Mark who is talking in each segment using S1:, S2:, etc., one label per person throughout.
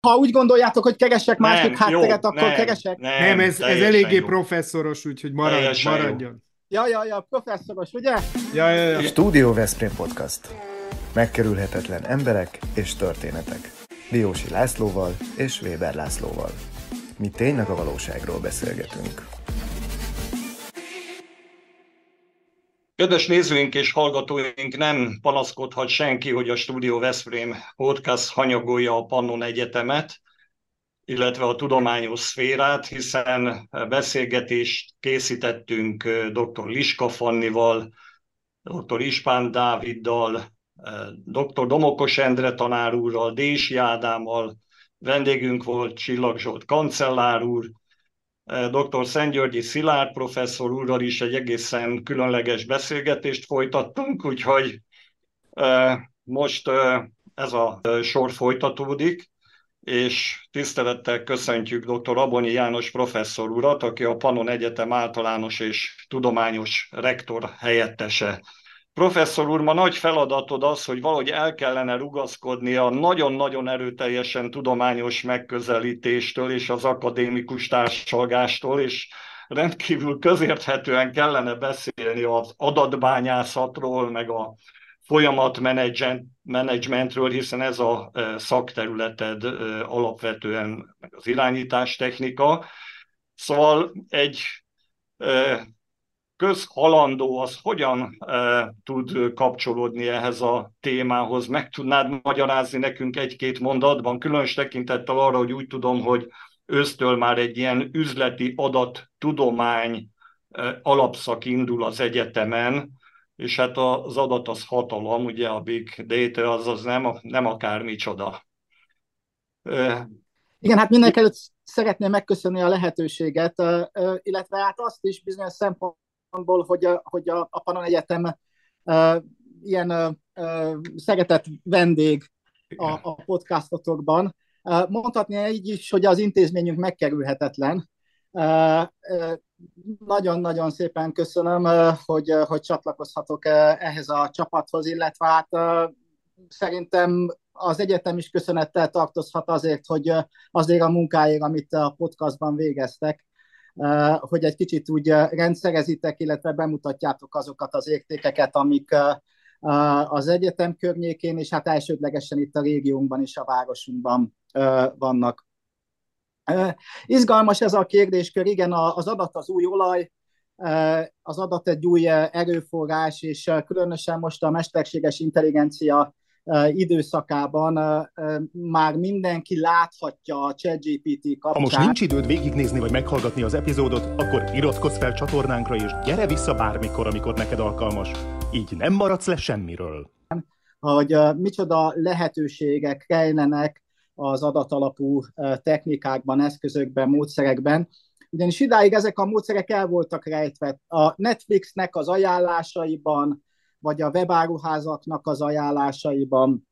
S1: Ha úgy gondoljátok, hogy keresek másik
S2: Nem, jó,
S1: hátteret, akkor
S2: nem,
S1: keresek.
S3: Nem,
S2: nem,
S3: ez
S2: teljesen
S3: eléggé
S2: jó.
S3: professzoros, úgyhogy
S2: Teljesen jó.
S3: maradjon.
S1: Ja, ja, ja, professzoros, ugye?
S3: Ja, ja, ja.
S4: Stúdió Veszprém Podcast. Megkerülhetetlen emberek és történetek. Diósi Lászlóval és Weber Lászlóval. Mi tényleg a valóságról beszélgetünk.
S2: Kedves nézőink és hallgatóink, nem panaszkodhat senki, hogy a Stúdió Veszprém Podcast hanyagolja a Pannon Egyetemet, illetve a tudományos szférát, hiszen beszélgetést készítettünk dr. Liska Fannival, dr. Ispán Dáviddal, dr. Domokos Endre tanár úrral, Dési Ádámmal, vendégünk volt Csillag Zsolt kancellár úr, dr. Szentgyörgyi Szilárd professzor úrral is egy egészen különleges beszélgetést folytattunk, úgyhogy most ez a sor folytatódik, és tisztelettel köszöntjük dr. Abonyi János professzor urat, aki a Pannon Egyetem általános és tudományos rektor helyettese. Professzor úr, ma nagy feladatod az, hogy valahogy el kellene rugaszkodni a nagyon-nagyon erőteljesen tudományos megközelítéstől és az akadémikus társalgástól, és rendkívül közérthetően kellene beszélni az adatbányászatról, meg a folyamatmenedzsmentről, hiszen ez a szakterületed alapvetően meg az irányítástechnika. Szóval egy közhalandó az hogyan tud kapcsolódni ehhez a témához? Meg tudnád magyarázni nekünk egy-két mondatban, különös tekintettel arra, hogy úgy tudom, hogy ősztől már egy ilyen üzleti adattudomány alapszak indul az egyetemen, és hát az adat az hatalom, ugye a big data az nem akármicsoda.
S1: Igen, hát mindenekelőtt szeretném megköszönni a lehetőséget, illetve hát azt is bizonyos szempontból, hogy a Pannon Egyetem ilyen szeretett vendég a podcastotokban. Mondhatni így is, hogy az intézményünk megkerülhetetlen. Nagyon-nagyon szépen köszönöm, hogy csatlakozhatok ehhez a csapathoz, illetve hát szerintem az egyetem is köszönettel tartozhat azért a munkáért, amit a podcastban végeztek, hogy egy kicsit úgy rendszerezitek, illetve bemutatjátok azokat az értékeket, amik az egyetem környékén, és hát elsődlegesen itt a régiónkban és a városunkban vannak. Izgalmas ez a kérdéskör, igen, az adat az új olaj, az adat egy új erőforrás, és különösen most a mesterséges intelligencia időszakában már mindenki láthatja a ChatGPT
S5: Ha most
S1: kapcsán,
S5: nincs időd végignézni vagy meghallgatni az epizódot, akkor iratkozz fel csatornánkra és gyere vissza bármikor, amikor neked alkalmas. Így nem maradsz le semmiről.
S1: hogy micsoda lehetőségek rejlenek az adatalapú technikákban, eszközökben, módszerekben. Ugyanis idáig ezek a módszerek el voltak rejtve. A Netflixnek az ajánlásaiban, vagy a webáruházaknak az ajánlásaiban,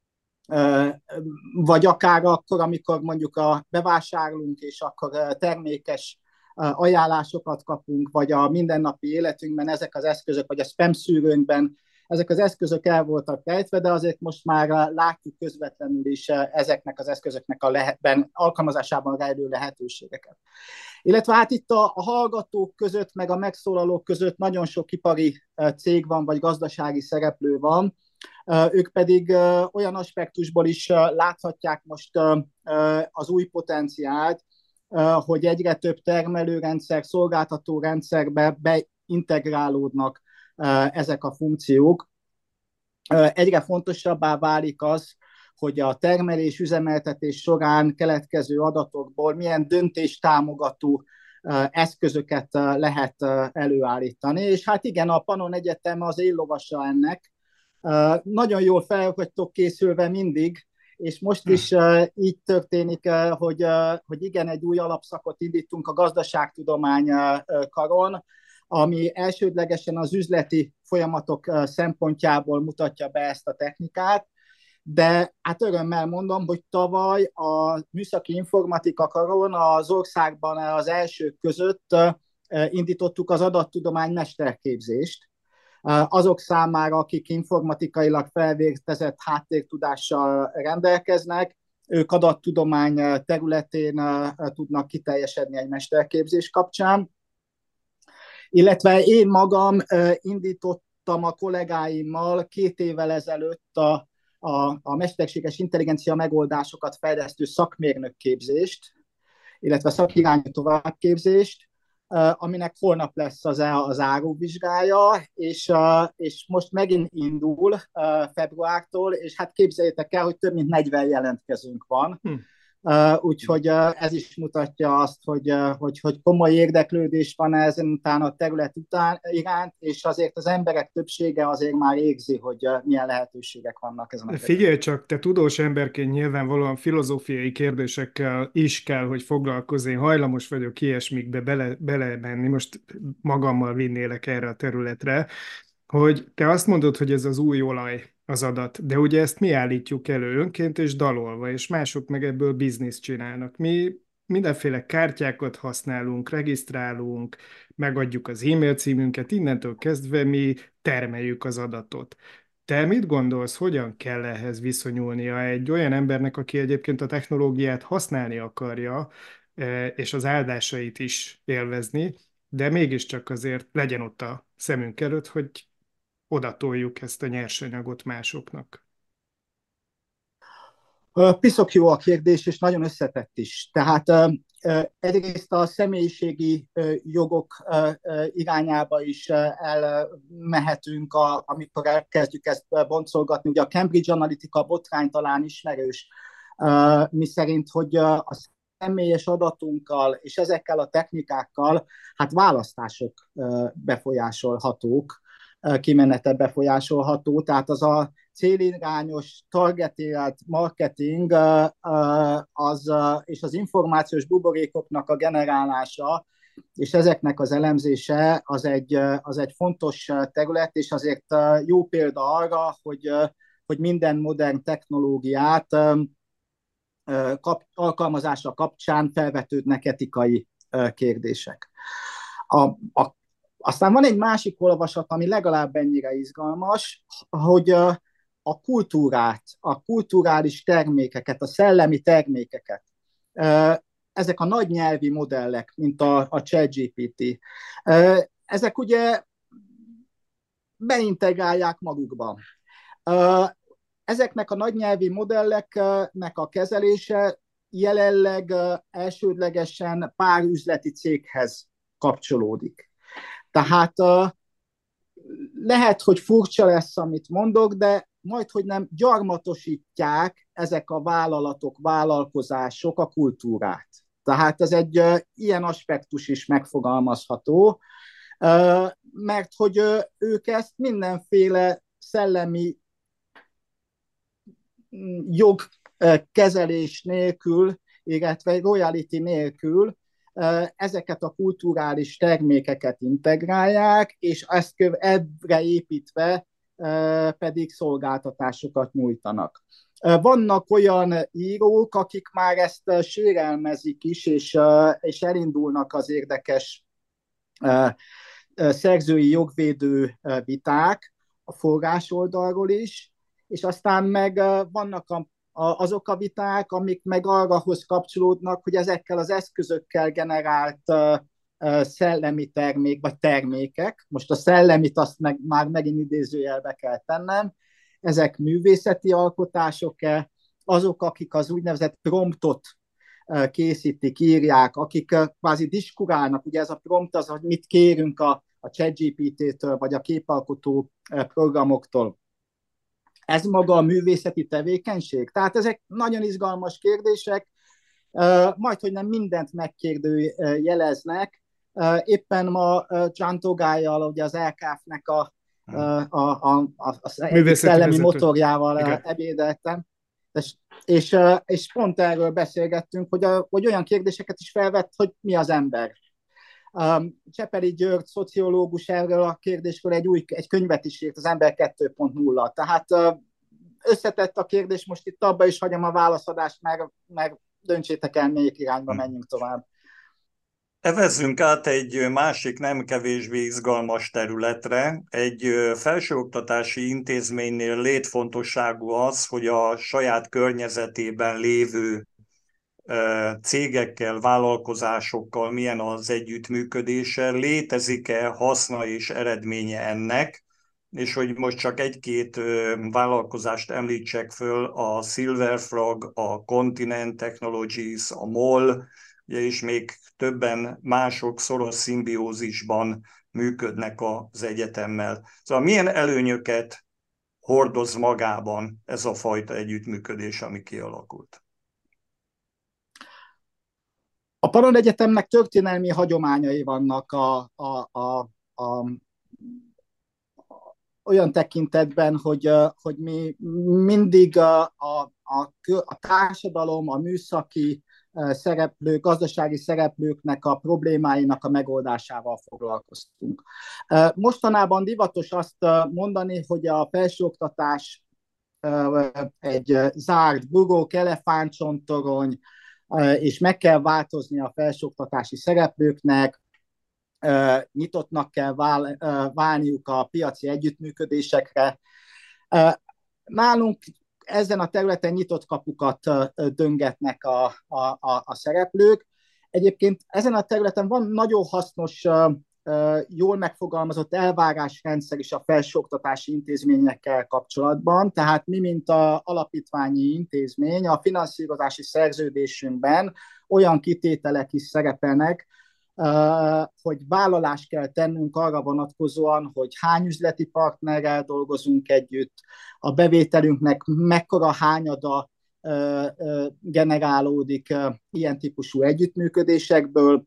S1: vagy akár akkor, amikor mondjuk bevásárlunk, és akkor termékes ajánlásokat kapunk, vagy a mindennapi életünkben ezek az eszközök, vagy a spam szűrőnkben ezek az eszközök el voltak rejtve, de azért most már látjuk közvetlenül is ezeknek az eszközöknek alkalmazásában rejlő lehetőségeket. Illetve hát itt a hallgatók között, meg a megszólalók között nagyon sok ipari cég van, vagy gazdasági szereplő van, ők pedig olyan aspektusból is láthatják most az új potenciált, hogy egyre több termelőrendszer, szolgáltatórendszerbe beintegrálódnak ezek a funkciók. Egyre fontosabbá válik az, hogy a termelés, üzemeltetés során keletkező adatokból milyen döntéstámogató eszközöket lehet előállítani. És hát igen, a Pannon Egyetem az éllovasa ennek. Nagyon jól fel vagytok készülve mindig, és most is így történik, hogy igen, egy új alapszakot indítunk a gazdaságtudomány karon, ami elsődlegesen az üzleti folyamatok szempontjából mutatja be ezt a technikát, de hát örömmel mondom, hogy tavaly a műszaki informatika karon az országban az elsők között indítottuk az adattudomány mesterképzést, azok számára, akik informatikailag felvértezett háttértudással rendelkeznek, ők adattudomány területén tudnak kiteljesedni egy mesterképzés kapcsán. Illetve én magam indítottam a kollégáimmal 2 évvel ezelőtt a mesterséges intelligencia megoldásokat fejlesztő szakmérnökképzést, illetve szakirányú továbbképzést, aminek holnap lesz az záróvizsgája, és most megint indul februártól, és hát képzeljétek el, hogy több mint 40 jelentkezőnk van. Úgyhogy ez is mutatja azt, hogy komoly érdeklődés van ezen után a terület iránt, és azért az emberek többsége azért már égzi, hogy milyen lehetőségek vannak ezen a területen.
S3: Figyelj csak, te tudós emberként nyilvánvalóan filozófiai kérdésekkel is kell, hogy foglalkozni. Én hajlamos vagyok ilyesmikbe belemenni, most magammal vinnélek erre a területre, hogy te azt mondod, hogy ez az új olaj, az adat, de ugye ezt mi állítjuk elő önként és dalolva, és mások meg ebből bizniszt csinálnak. Mi mindenféle kártyákat használunk, regisztrálunk, megadjuk az e-mail címünket, innentől kezdve mi termeljük az adatot. Te mit gondolsz, hogyan kell ehhez viszonyulnia egy olyan embernek, aki egyébként a technológiát használni akarja, és az áldásait is élvezni, de mégiscsak azért legyen ott a szemünk előtt, hogy odatoljuk ezt a nyersanyagot másoknak?
S1: Piszok jó a kérdés, és nagyon összetett is. Tehát egyrészt a személyiségi jogok irányába is elmehetünk, amikor elkezdjük ezt boncolgatni. Ugye a Cambridge Analytica botrány talán ismerős, miszerint, hogy a személyes adatunkkal és ezekkel a technikákkal hát választások befolyásolhatók, kimenete befolyásolható, tehát az a célirányos, targetélt marketing és az információs buborékoknak a generálása, és ezeknek az elemzése az egy fontos terület, és azért jó példa arra, hogy minden modern technológiát alkalmazása kapcsán felvetődnek etikai kérdések. Aztán van egy másik olvasat, ami legalább ennyire izgalmas, hogy a kultúrát, a kulturális termékeket, a szellemi termékeket, ezek a nagy nyelvi modellek, mint a ChatGPT, ezek ugye beintegrálják magukba. Ezeknek a nagy nyelvi modelleknek a kezelése jelenleg elsődlegesen pár üzleti céghez kapcsolódik. Tehát lehet, hogy furcsa lesz, amit mondok, de majdhogy nem gyarmatosítják ezek a vállalatok, vállalkozások a kultúrát. Tehát ez egy ilyen aspektus is megfogalmazható, mert hogy ők ezt mindenféle szellemi jogkezelés nélkül, illetve royalty nélkül ezeket a kulturális termékeket integrálják, és ezt ebbre építve pedig szolgáltatásokat nyújtanak. Vannak olyan írók, akik már ezt sérelmezik is, és elindulnak az érdekes szerzői jogvédő viták a forrás oldalról is, és aztán meg vannak azok a viták, amik meg arrahoz kapcsolódnak, hogy ezekkel az eszközökkel generált szellemi termék, vagy termékek, most a szellemit azt már megint idézőjelbe kell tennem, ezek művészeti alkotások-e, azok, akik az úgynevezett promptot készítik, írják, akik kvázi diskurálnak, ugye ez a prompt az, hogy mit kérünk a ChatGPT-től, vagy a képalkotó programoktól. Ez maga a művészeti tevékenység? Tehát ezek nagyon izgalmas kérdések, majdhogy nem mindent megkérdőjeleznek. Éppen ma John Togályjal, ugye az LKF-nek a szellemi motorjával ebédeltem, és pont erről beszélgettünk, hogy olyan kérdéseket is felvett, hogy mi az ember. Csepeli György, szociológus erről a kérdésről egy könyvet is írt, az Ember 2.0. Tehát összetett a kérdés, most itt abba is hagyom a válaszadást, meg döntsétek el, melyik irányba menjünk tovább.
S2: Evezzünk át egy másik nem kevésbé izgalmas területre. Egy felsőoktatási intézménynél létfontosságú az, hogy a saját környezetében lévő cégekkel, vállalkozásokkal milyen az együttműködése, létezik-e haszna és eredménye ennek, és hogy most csak egy-két vállalkozást említsek föl, a Silver Frog, a Continent Technologies, a MOL, és még többen mások szoros szimbiózisban működnek az egyetemmel. Szóval milyen előnyöket hordoz magában ez a fajta együttműködés, ami kialakult?
S1: A Pannon Egyetemnek történelmi hagyományai vannak olyan tekintetben, hogy mi mindig a társadalom, a műszaki szereplők, gazdasági szereplőknek a problémáinak a megoldásával foglalkoztunk. Mostanában divatos azt mondani, hogy a felsőoktatás egy zárt burok, elefántcsontorony, és meg kell változni a felsőoktatási szereplőknek, nyitottnak kell válniuk a piaci együttműködésekre. Nálunk ezen a területen nyitott kapukat döngetnek a szereplők. Egyébként ezen a területen van nagyon hasznos, jól megfogalmazott elvárásrendszer is a felsőoktatási intézményekkel kapcsolatban, tehát mi, mint a alapítványi intézmény, a finanszírozási szerződésünkben olyan kitételek is szerepelnek, hogy vállalást kell tennünk arra vonatkozóan, hogy hány üzleti partnerrel dolgozunk együtt, a bevételünknek mekkora hányada generálódik ilyen típusú együttműködésekből,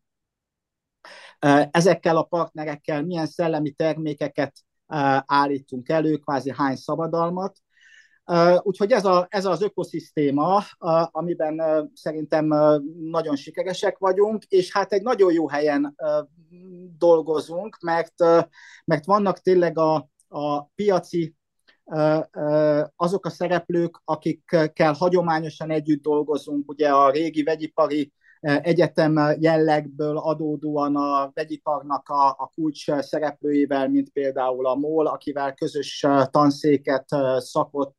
S1: ezekkel a partnerekkel milyen szellemi termékeket állítunk elő, kvázi hány szabadalmat. Úgyhogy ez az ökoszisztéma, amiben szerintem nagyon sikeresek vagyunk, és hát egy nagyon jó helyen dolgozunk, mert vannak tényleg a piaci azok a szereplők, akikkel hagyományosan együtt dolgozunk, ugye a régi vegyipari egyetem jellegből adódóan a vegyiparnak a kulcs szereplőivel, mint például a MOL, akivel közös tanszéket, szakot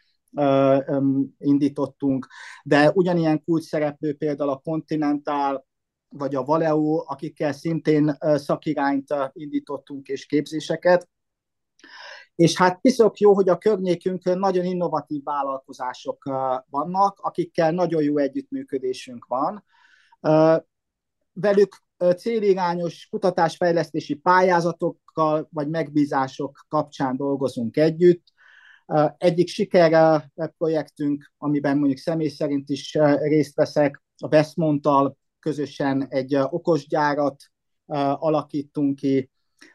S1: indítottunk, de ugyanilyen kulcs szereplő például a Continental vagy a Valeo, akikkel szintén szakirányt indítottunk és képzéseket. És hát piszok jó, hogy a környékünkön nagyon innovatív vállalkozások vannak, akikkel nagyon jó együttműködésünk van. Velük célirányos kutatásfejlesztési pályázatokkal vagy megbízások kapcsán dolgozunk együtt. Egyik sikerprojektünk, amiben mondjuk személy szerint is részt veszek, a Westmonttal közösen egy okosgyárat alakítunk ki.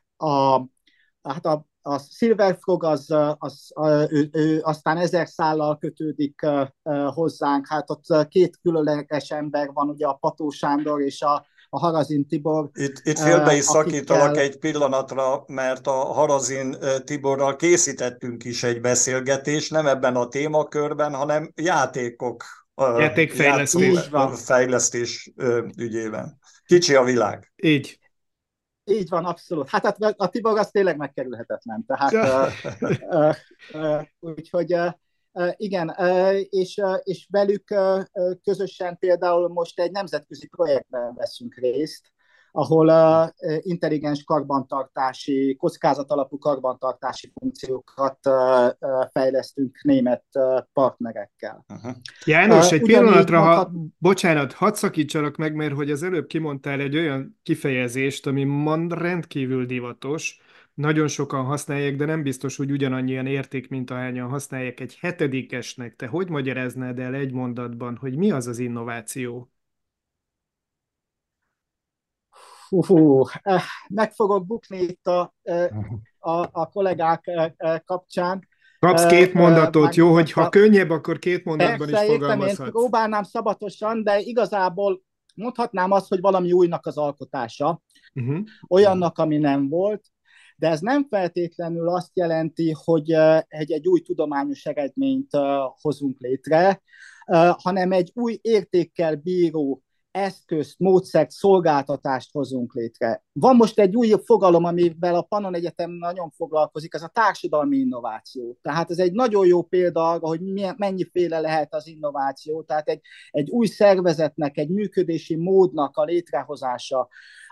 S1: A Silver Frog ő aztán 1000 szállal kötődik hozzánk. Hát ott két különleges ember van, ugye a Pató Sándor és a Harazin Tibor.
S2: Itt félbe is szakítalak egy pillanatra, mert a Harazin Tiborral készítettünk is egy beszélgetést, nem ebben a témakörben, hanem játékfejlesztés ügyében. Kicsi a világ.
S1: Így van, abszolút. Hát a Tibor az tényleg megkerülhetetlen. Tehát, úgyhogy igen, és velük közösen például most egy nemzetközi projektben veszünk részt, ahol intelligens karbantartási, kockázatalapú karbantartási funkciókat fejlesztünk német partnerekkel.
S3: János, egy pillanatra, bocsánat, hadd szakítsalak meg, mert hogy az előbb kimondtál egy olyan kifejezést, ami rendkívül divatos, nagyon sokan használják, de nem biztos, hogy ugyanannyian érték, mint ahányan használják egy hetedikesnek. Te hogy magyaráznád el egy mondatban, hogy mi az az innováció?
S1: Meg fogok bukni itt a kollégák kapcsán.
S3: Kapsz két mondatot, jó, hogy ha könnyebb, akkor két mondatban
S1: persze,
S3: is fogalmazhatsz.
S1: Én próbálnám szabatosan, de igazából mondhatnám azt, hogy valami újnak az alkotása, olyannak, ami nem volt, de ez nem feltétlenül azt jelenti, hogy egy új tudományos eredményt hozunk létre, hanem egy új értékkel bíró eszközt, módszert, szolgáltatást hozunk létre. Van most egy új fogalom, amivel a Pannon Egyetem nagyon foglalkozik, ez a társadalmi innováció. Tehát ez egy nagyon jó példa arra, hogy mennyiféle lehet az innováció. Tehát egy új szervezetnek, egy működési módnak a létrehozása,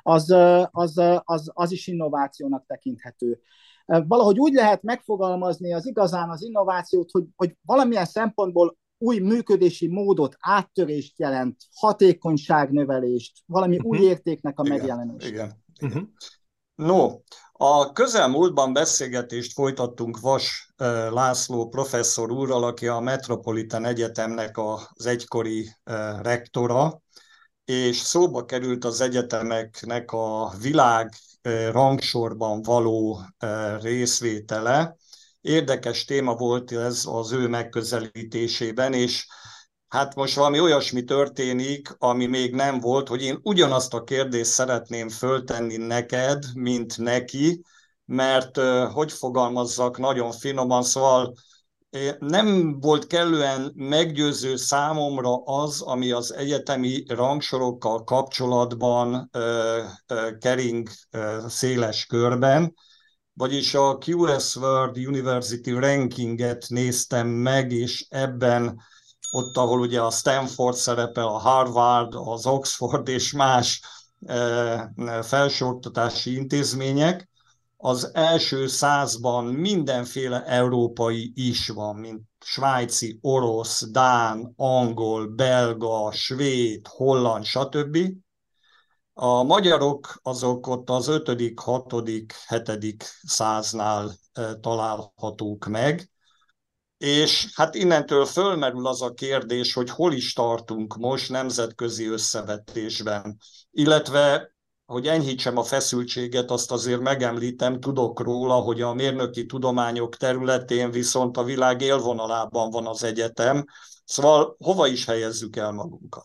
S1: az is innovációnak tekinthető. Valahogy úgy lehet megfogalmazni igazán az innovációt, hogy valamilyen szempontból új működési módot, áttörést jelent, hatékonyságnövelést, valami új értéknek a megjelenését.
S2: Igen. No, a közelmúltban beszélgetést folytattunk Vas László professzor úrral, aki a Metropolitan Egyetemnek az egykori rektora, és szóba került az egyetemeknek a világ rangsorban való részvétele. Érdekes téma volt ez az ő megközelítésében, és hát most valami olyasmi történik, ami még nem volt, hogy én ugyanazt a kérdést szeretném föltenni neked, mint neki, mert hogy fogalmazzak nagyon finoman, szóval nem volt kellően meggyőző számomra az, ami az egyetemi rangsorokkal kapcsolatban kering széles körben, vagyis a QS World University Rankinget néztem meg, és ebben ott, ahol ugye a Stanford szerepel, a Harvard, az Oxford és más felsőoktatási intézmények, az első 100-ban mindenféle európai is van, mint svájci, orosz, dán, angol, belga, svéd, holland, stb. A magyarok azok ott az 5., 6., 7. száznál találhatók meg, és hát innentől fölmerül az a kérdés, hogy hol is tartunk most nemzetközi összevetésben, illetve hogy enyhítsem a feszültséget, azt azért megemlítem, tudok róla, hogy a mérnöki tudományok területén viszont a világ élvonalában van az egyetem, szóval hova is helyezzük el magunkat?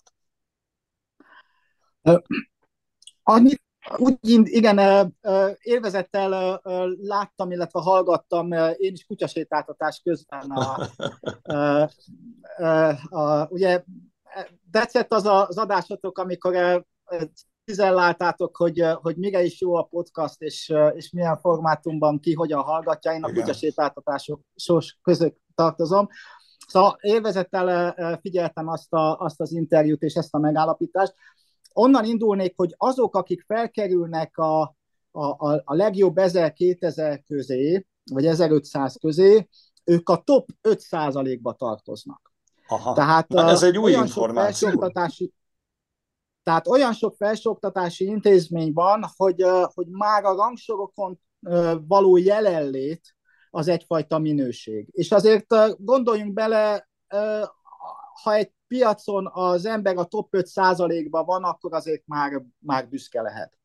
S1: Igen, élvezettel láttam, illetve hallgattam én is kutyasétáltatás közben. Ugye tetszett az adásotok, amikor cizelláltátok, hogy mire is jó a podcast, és milyen formátumban ki hogyan hallgatja. Én a kutyasétáltatások között tartozom. Szóval élvezettel figyeltem azt az interjút és ezt a megállapítást. Onnan indulnék, hogy azok, akik felkerülnek a legjobb 1000-2000 közé, vagy 1500 közé, ők a top 5%-ba tartoznak.
S2: Aha. Tehát ez egy új információ.
S1: Tehát olyan sok felsőoktatási intézmény van, hogy már a rangsorokon való jelenlét az egyfajta minőség. És azért gondoljunk bele, ha egy piacon az ember a top 5%-ban van, akkor azért már büszke lehet.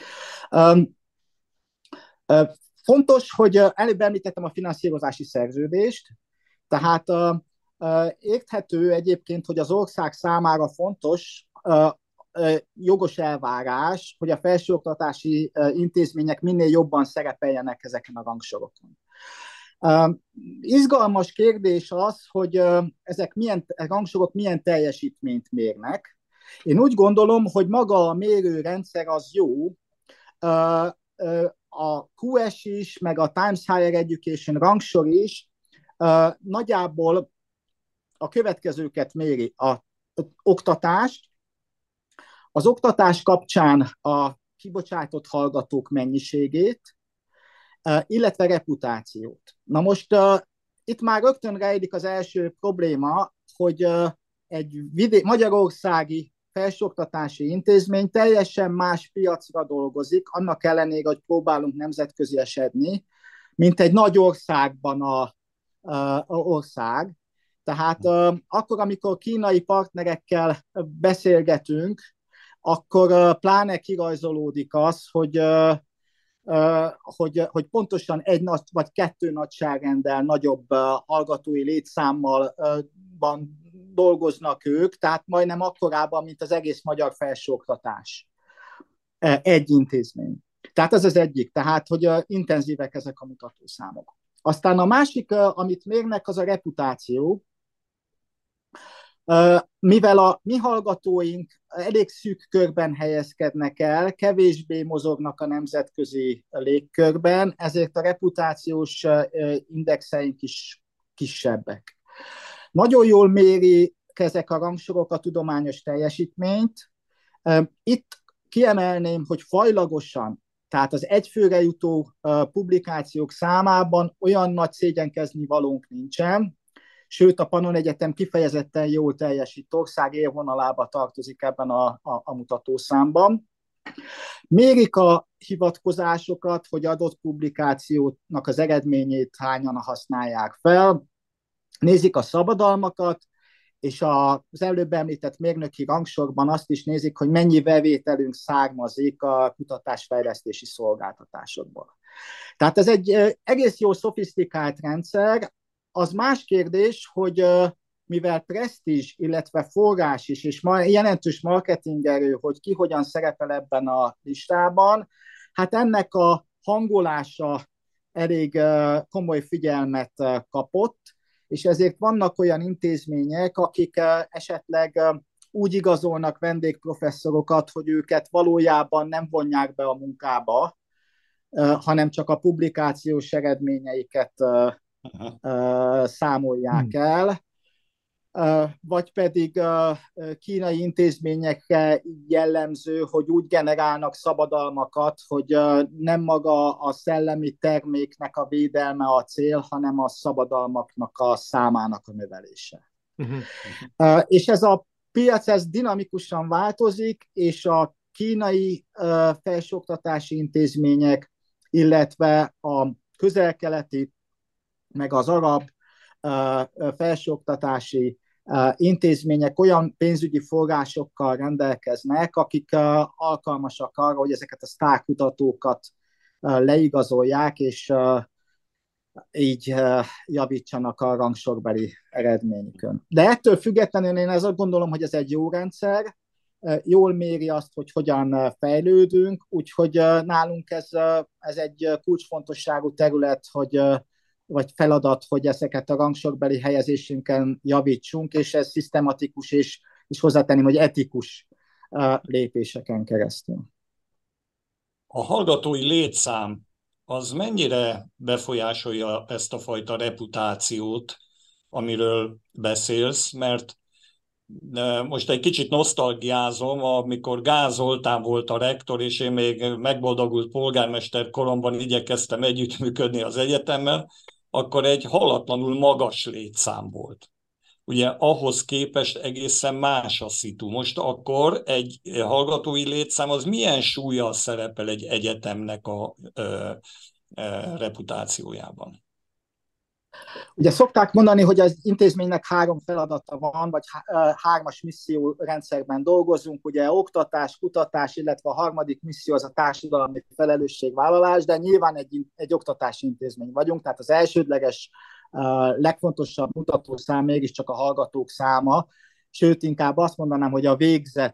S1: Fontos, hogy előbb említettem a finanszírozási szerződést, tehát érthető egyébként, hogy az ország számára fontos, jogos elvárás, hogy a felsőoktatási intézmények minél jobban szerepeljenek ezeken a rangsorokon. Izgalmas kérdés az, hogy ezek rangsorok milyen teljesítményt mérnek. Én úgy gondolom, hogy maga a mérőrendszer az jó. A QS is, meg a Times Higher Education rangsor is nagyjából a következőket méri. Az oktatást, az oktatás kapcsán a kibocsátott hallgatók mennyiségét, illetve reputációt. Na most itt már rögtön rejlik az első probléma, hogy egy magyarországi felsőoktatási intézmény teljesen más piacra dolgozik, annak ellenére, hogy próbálunk nemzetközi esedni, mint egy nagy országban az ország. Tehát akkor, amikor kínai partnerekkel beszélgetünk, akkor pláne kirajzolódik az, hogy pontosan egy vagy kettő nagyságrenddel nagyobb hallgatói létszámmal dolgoznak ők, tehát majdnem akkorában, mint az egész magyar felsőoktatás. Egy intézmény. Tehát ez az egyik, tehát hogy intenzívek ezek a mutatószámok. Aztán a másik, amit mérnek, az a reputáció. Mivel a mi hallgatóink elég szűk körben helyezkednek el, kevésbé mozognak a nemzetközi légkörben, ezért a reputációs indexeink is kisebbek. Nagyon jól méri ezek a rangsorok a tudományos teljesítményt. Itt kiemelném, hogy fajlagosan, tehát az egyfőre jutó publikációk számában olyan nagy szégyenkezni valónk nincsen, sőt a Pannon Egyetem kifejezetten jól teljesít, ország élvonalába tartozik ebben a mutatószámban. Mérik a hivatkozásokat, hogy adott publikációnak az eredményét hányan használják fel, nézik a szabadalmakat, és az előbb említett mérnöki rangsorban azt is nézik, hogy mennyi bevételünk származik a kutatásfejlesztési szolgáltatásokból. Tehát ez egy egész jó szofisztikált rendszer. Az más kérdés, hogy mivel presztízs, illetve forrás is, és jelentős marketingerő, hogy ki hogyan szerepel ebben a listában, hát ennek a hangolása elég komoly figyelmet kapott, és ezért vannak olyan intézmények, akik esetleg úgy igazolnak vendégprofesszorokat, hogy őket valójában nem vonják be a munkába, hanem csak a publikációs eredményeiket számolják el, vagy pedig kínai intézményekre jellemző, hogy úgy generálnak szabadalmakat, hogy nem maga a szellemi terméknek a védelme a cél, hanem a szabadalmaknak a számának a növelése. És ez a piac ez dinamikusan változik, és a kínai felsőoktatási intézmények, illetve a közel-keleti, meg az arab felsőoktatási intézmények olyan pénzügyi forrásokkal rendelkeznek, akik alkalmasak arra, hogy ezeket a sztárkutatókat leigazolják, és így javítsanak a rangsorbeli eredményükön. De ettől függetlenül én azt gondolom, hogy ez egy jó rendszer, jól méri azt, hogy hogyan fejlődünk, úgyhogy nálunk ez egy kulcsfontosságú terület, vagy feladat, hogy ezeket a rangsorbeli helyezésünken javítsunk, és ez szisztematikus és hozzátenném, hogy etikus lépéseken keresztül.
S2: A hallgatói létszám az mennyire befolyásolja ezt a fajta reputációt, amiről beszélsz, mert most egy kicsit nosztalgiázom, amikor Gáz Zoltán volt a rektor, és én még megboldogult polgármester koromban igyekeztem együttműködni az egyetemmel, akkor egy hallatlanul magas létszám volt. Ugye ahhoz képest egészen más a szitu. Most akkor egy hallgatói létszám az milyen súllyal szerepel egy egyetemnek a reputációjában?
S1: Ugye szokták mondani, hogy az intézménynek 3 feladata van, vagy 3-as missziórendszerben dolgozunk, ugye oktatás, kutatás, illetve a harmadik misszió az a társadalmi felelősségvállalás, de nyilván egy oktatási intézmény vagyunk, tehát az elsődleges, legfontosabb mutatószám mégiscsak a hallgatók száma, sőt inkább azt mondanám, hogy a végzett,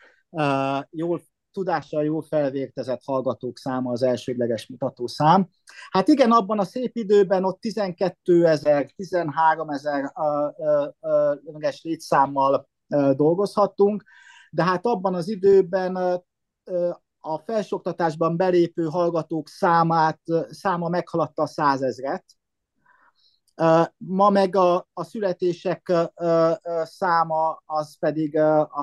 S1: tudással jól felvértezett hallgatók száma az elsődleges mutatószám. Hát igen, abban a szép időben ott 12 000, 13 000 létszámmal dolgozhattunk, de hát abban az időben a felsőoktatásban belépő hallgatók száma meghaladta a 100 000-et. Ma meg a születések száma az pedig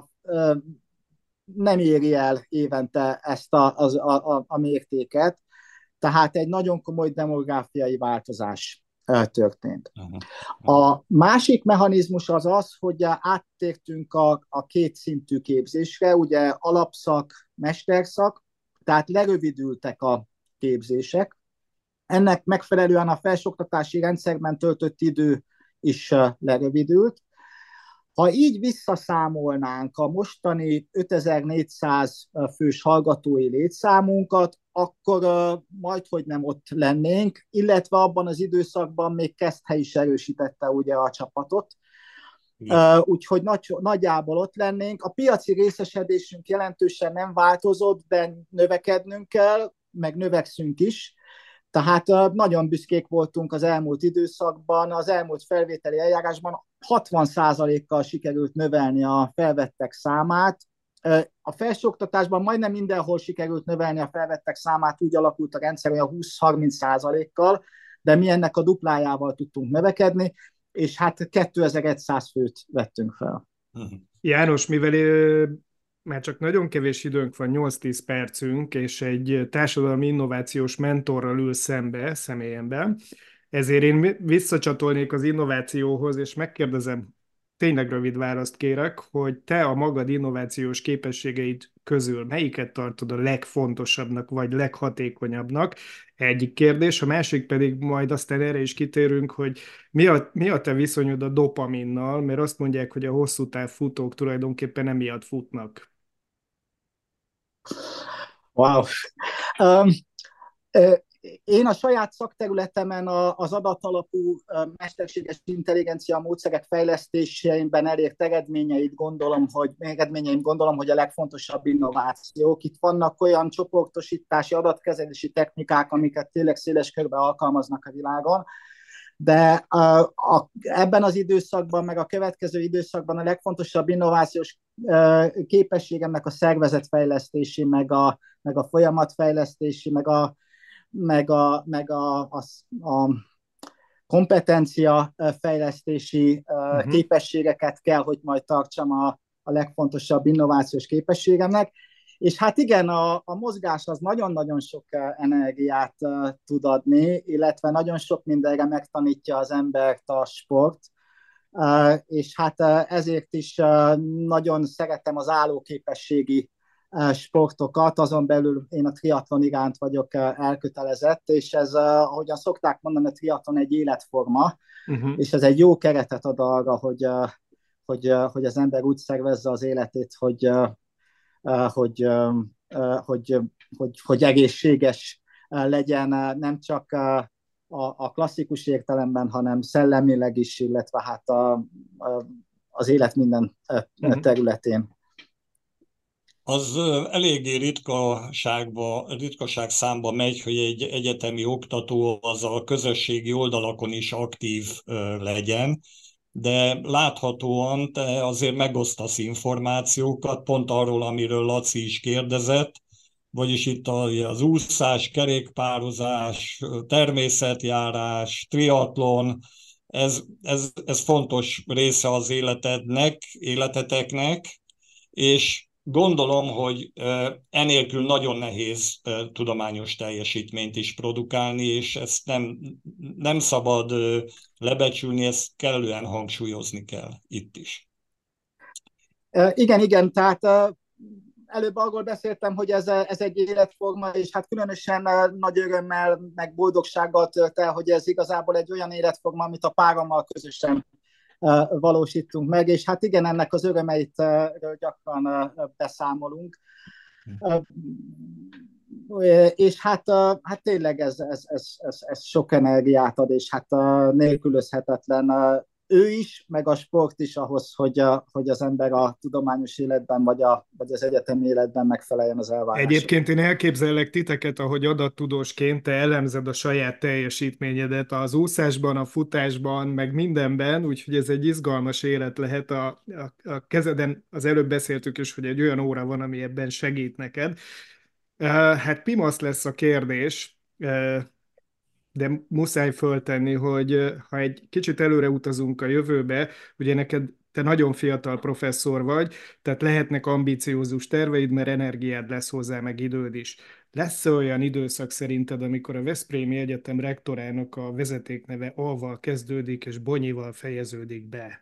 S1: nem éri el évente ezt a mértéket, tehát egy nagyon komoly demográfiai változás történt. A másik mechanizmus az, hogy áttértünk a kétszintű képzésre, ugye alapszak, mesterszak, tehát lerövidültek a képzések. Ennek megfelelően a felsőoktatási rendszerben töltött idő is lerövidült. Ha így visszaszámolnánk a mostani 5400 fős hallgatói létszámunkat, akkor majdhogy nem ott lennénk, illetve abban az időszakban még Keszthely is erősítette ugye a csapatot. Úgyhogy nagyjából ott lennénk. A piaci részesedésünk jelentősen nem változott, de növekednünk kell, meg növekszünk is. Tehát nagyon büszkék voltunk az elmúlt időszakban, az elmúlt felvételi eljárásban 60%-kal sikerült növelni a felvettek számát. A felsőoktatásban majdnem mindenhol sikerült növelni a felvettek számát, úgy alakult a rendszer olyan 20-30%-kal, de mi ennek a duplájával tudtunk növekedni, és hát 2100 főt vettünk fel.
S3: János, mivel már csak nagyon kevés időnk van, 8-10 percünk, és egy társadalmi innovációs mentorral ül szembe, személyemben, ezért én visszacsatolnék az innovációhoz, és megkérdezem, tényleg rövid választ kérek, hogy te a magad innovációs képességeid közül melyiket tartod a legfontosabbnak, vagy leghatékonyabbnak? Egyik kérdés, a másik pedig majd aztán erre is kitérünk, hogy mi a te viszonyod a dopaminnal, mert azt mondják, hogy a hosszú táv futók tulajdonképpen emiatt futnak.
S1: Wow. Én a saját szakterületemen az adatalapú mesterséges intelligencia módszerek fejlesztésében elért eredményeim gondolom, hogy a legfontosabb innovációk. Itt vannak olyan csoportosítási, adatkezelési technikák, amiket tényleg széles körben alkalmaznak a világon, de ebben az időszakban, meg a következő időszakban a legfontosabb innovációs képességemnek a szervezetfejlesztési, meg a folyamatfejlesztési, meg a kompetencia fejlesztési képességeket kell, hogy majd tartsam a legfontosabb innovációs képességemnek. És hát igen, a mozgás az nagyon-nagyon sok energiát tud adni, illetve nagyon sok mindenre megtanítja az embert a sport, és hát ezért is nagyon szeretem az állóképességi sportokat, azon belül én a triatlon iránt vagyok elkötelezett, és ez, ahogyan szokták mondani, a triatlon egy életforma, és ez egy jó keretet ad arra, hogy az ember úgy szervezze az életét, hogy egészséges legyen, nem csak a klasszikus értelemben, hanem szellemileg is, illetve hát az élet minden területén.
S2: Az eléggé ritkaság számba megy, hogy egy egyetemi oktató az a közösségi oldalakon is aktív legyen, de láthatóan te azért megosztasz információkat, pont arról, amiről Laci is kérdezett, vagyis itt az úszás, kerékpározás, természetjárás, triatlon, ez fontos része az életeteknek, és gondolom, hogy enélkül nagyon nehéz tudományos teljesítményt is produkálni, és ezt nem szabad lebecsülni, ezt kellően hangsúlyozni kell itt is.
S1: Igen, tehát előbb arról beszéltem, hogy ez egy életforma, és hát különösen nagy örömmel, meg boldogsággal tölt el, hogy ez igazából egy olyan életforma, amit a párommal közösen valósítunk meg, és hát igen, ennek az örömeit gyakran beszámolunk. És hát tényleg ez sok energiát ad, és hát nélkülözhetetlen ő is, meg a sport is ahhoz, hogy az ember a tudományos életben, vagy az egyetemi életben megfeleljen az elvárásoknak.
S3: Egyébként én elképzellek titeket, ahogy adattudósként te elemzed a saját teljesítményedet az úszásban, a futásban, meg mindenben, úgyhogy ez egy izgalmas élet lehet. A kezeden az előbb beszéltük is, hogy egy olyan óra van, ami ebben segít neked. Hát pimasz lesz a kérdés, de muszáj föltenni, hogy ha egy kicsit előre utazunk a jövőbe, ugye te nagyon fiatal professzor vagy, tehát lehetnek ambiciózus terveid, mert energiád lesz hozzá, meg időd is. Lesz olyan időszak szerinted, amikor a Veszprémi Egyetem rektorának a vezetékneve A-val kezdődik, és Bonyival fejeződik be?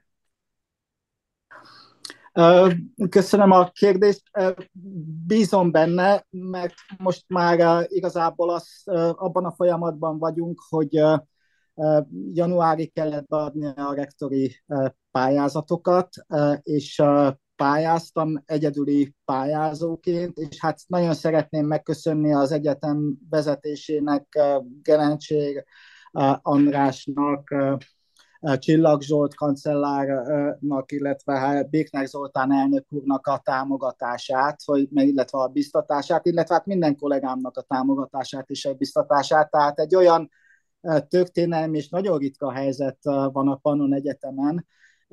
S1: Köszönöm a kérdést. Bízom benne, mert most már igazából abban a folyamatban vagyunk, hogy januárig kellett beadni a rektori pályázatokat, és pályáztam egyedüli pályázóként, és hát nagyon szeretném megköszönni az egyetem vezetésének, Gerencsér Andrásnak, Csillag Zsolt kancellárnak, illetve Békner Zoltán elnök úrnak a támogatását, illetve a biztatását, illetve hát minden kollégámnak a támogatását és a biztatását. Tehát egy olyan történelmi és nagyon ritka helyzet van a Pannon Egyetemen,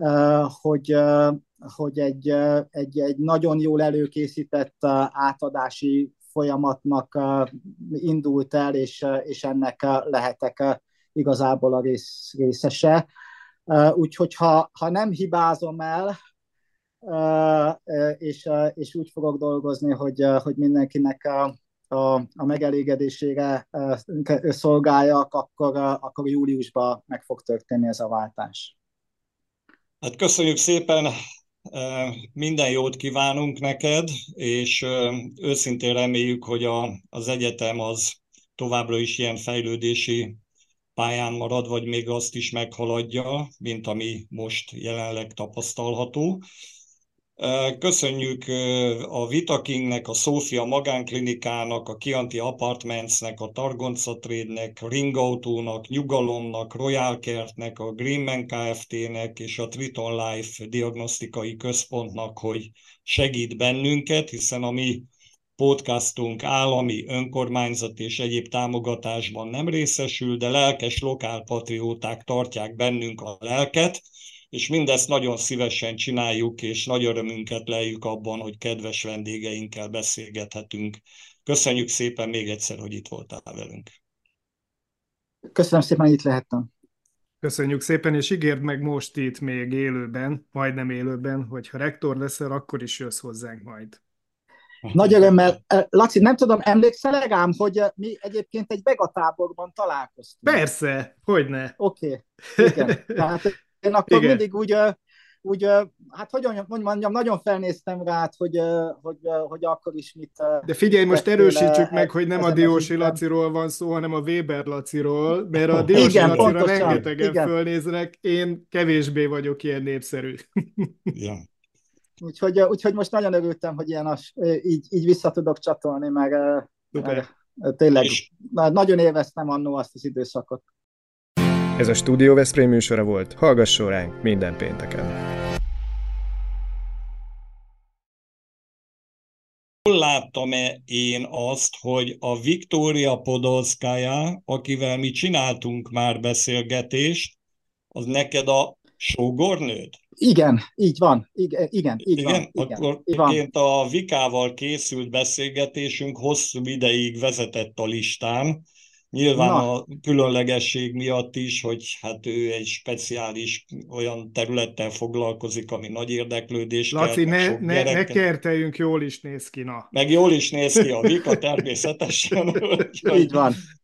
S1: hogy egy nagyon jól előkészített átadási folyamatnak indult el, és ennek lehetek igazából a részese. Úgyhogy ha nem hibázom el, és úgy fogok dolgozni, hogy mindenkinek a megelégedésére szolgáljak, akkor júliusban meg fog történni ez a váltás.
S2: Hát köszönjük szépen, minden jót kívánunk neked, és őszintén reméljük, hogy az egyetem az továbbra is ilyen fejlődési pályán marad, vagy még azt is meghaladja, mint ami most jelenleg tapasztalható. Köszönjük a Vitakingnek, a Szófia Magánklinikának, a Chianti Apartmentsnek, a Targonca Trade-nek, a Ring Autónak, Nyugalomnak, Royal Care-nek, a Greenman Kft-nek és a Triton Life diagnosztikai központnak, hogy segít bennünket, hiszen a mi podcastunk állami, önkormányzat és egyéb támogatásban nem részesül, de lelkes lokálpatrióták tartják bennünk a lelket, és mindezt nagyon szívesen csináljuk, és nagy örömünket leljük abban, hogy kedves vendégeinkkel beszélgethetünk. Köszönjük szépen még egyszer, hogy itt voltál velünk.
S1: Köszönöm szépen, hogy itt lehettem.
S3: Köszönjük szépen, és ígérd meg most itt még élőben, majdnem élőben, hogy ha rektor leszel, akkor is jössz hozzánk majd.
S1: Nagy örömmel. Laci, nem tudom, emlékszel rám, hogy mi egyébként egy vegatáborban találkoztunk?
S3: Persze, hogyne.
S1: Oké, igen. Tehát én akkor igen. Mindig úgy, hát hogy mondjam, nagyon felnéztem rád, hogy akkor is mit...
S3: De figyelj, most erősítsük meg, hogy nem a Diósi Laciról van szó, hanem a Weber Laciról, mert a Diósi
S1: igen,
S3: Lacira
S1: pontosan,
S3: rengetegen
S1: igen.
S3: Fölnéznek, én kevésbé vagyok ilyen népszerű.
S2: Ja.
S1: Úgyhogy most nagyon örültem, hogy így vissza tudok csatolni, meg tényleg nagyon élveztem annó azt az időszakot.
S4: Ez a Stúdió Veszprém műsora volt, hallgasson ránk minden pénteken.
S2: Hol láttam-e én azt, hogy a Viktória Podolszkája, akivel mi csináltunk már beszélgetést, az neked a sógornőd?
S1: Igen, így van. Igen.
S2: Akkor egyébként a Vikával készült beszélgetésünk hosszú ideig vezetett a listán. Nyilván a különlegesség miatt is, hogy hát ő egy speciális olyan területtel foglalkozik, ami nagy érdeklődés.
S3: Laci, ne kerteljünk, jól is néz ki, na.
S2: Meg jól is néz ki a Vika természetesen.
S1: Így van.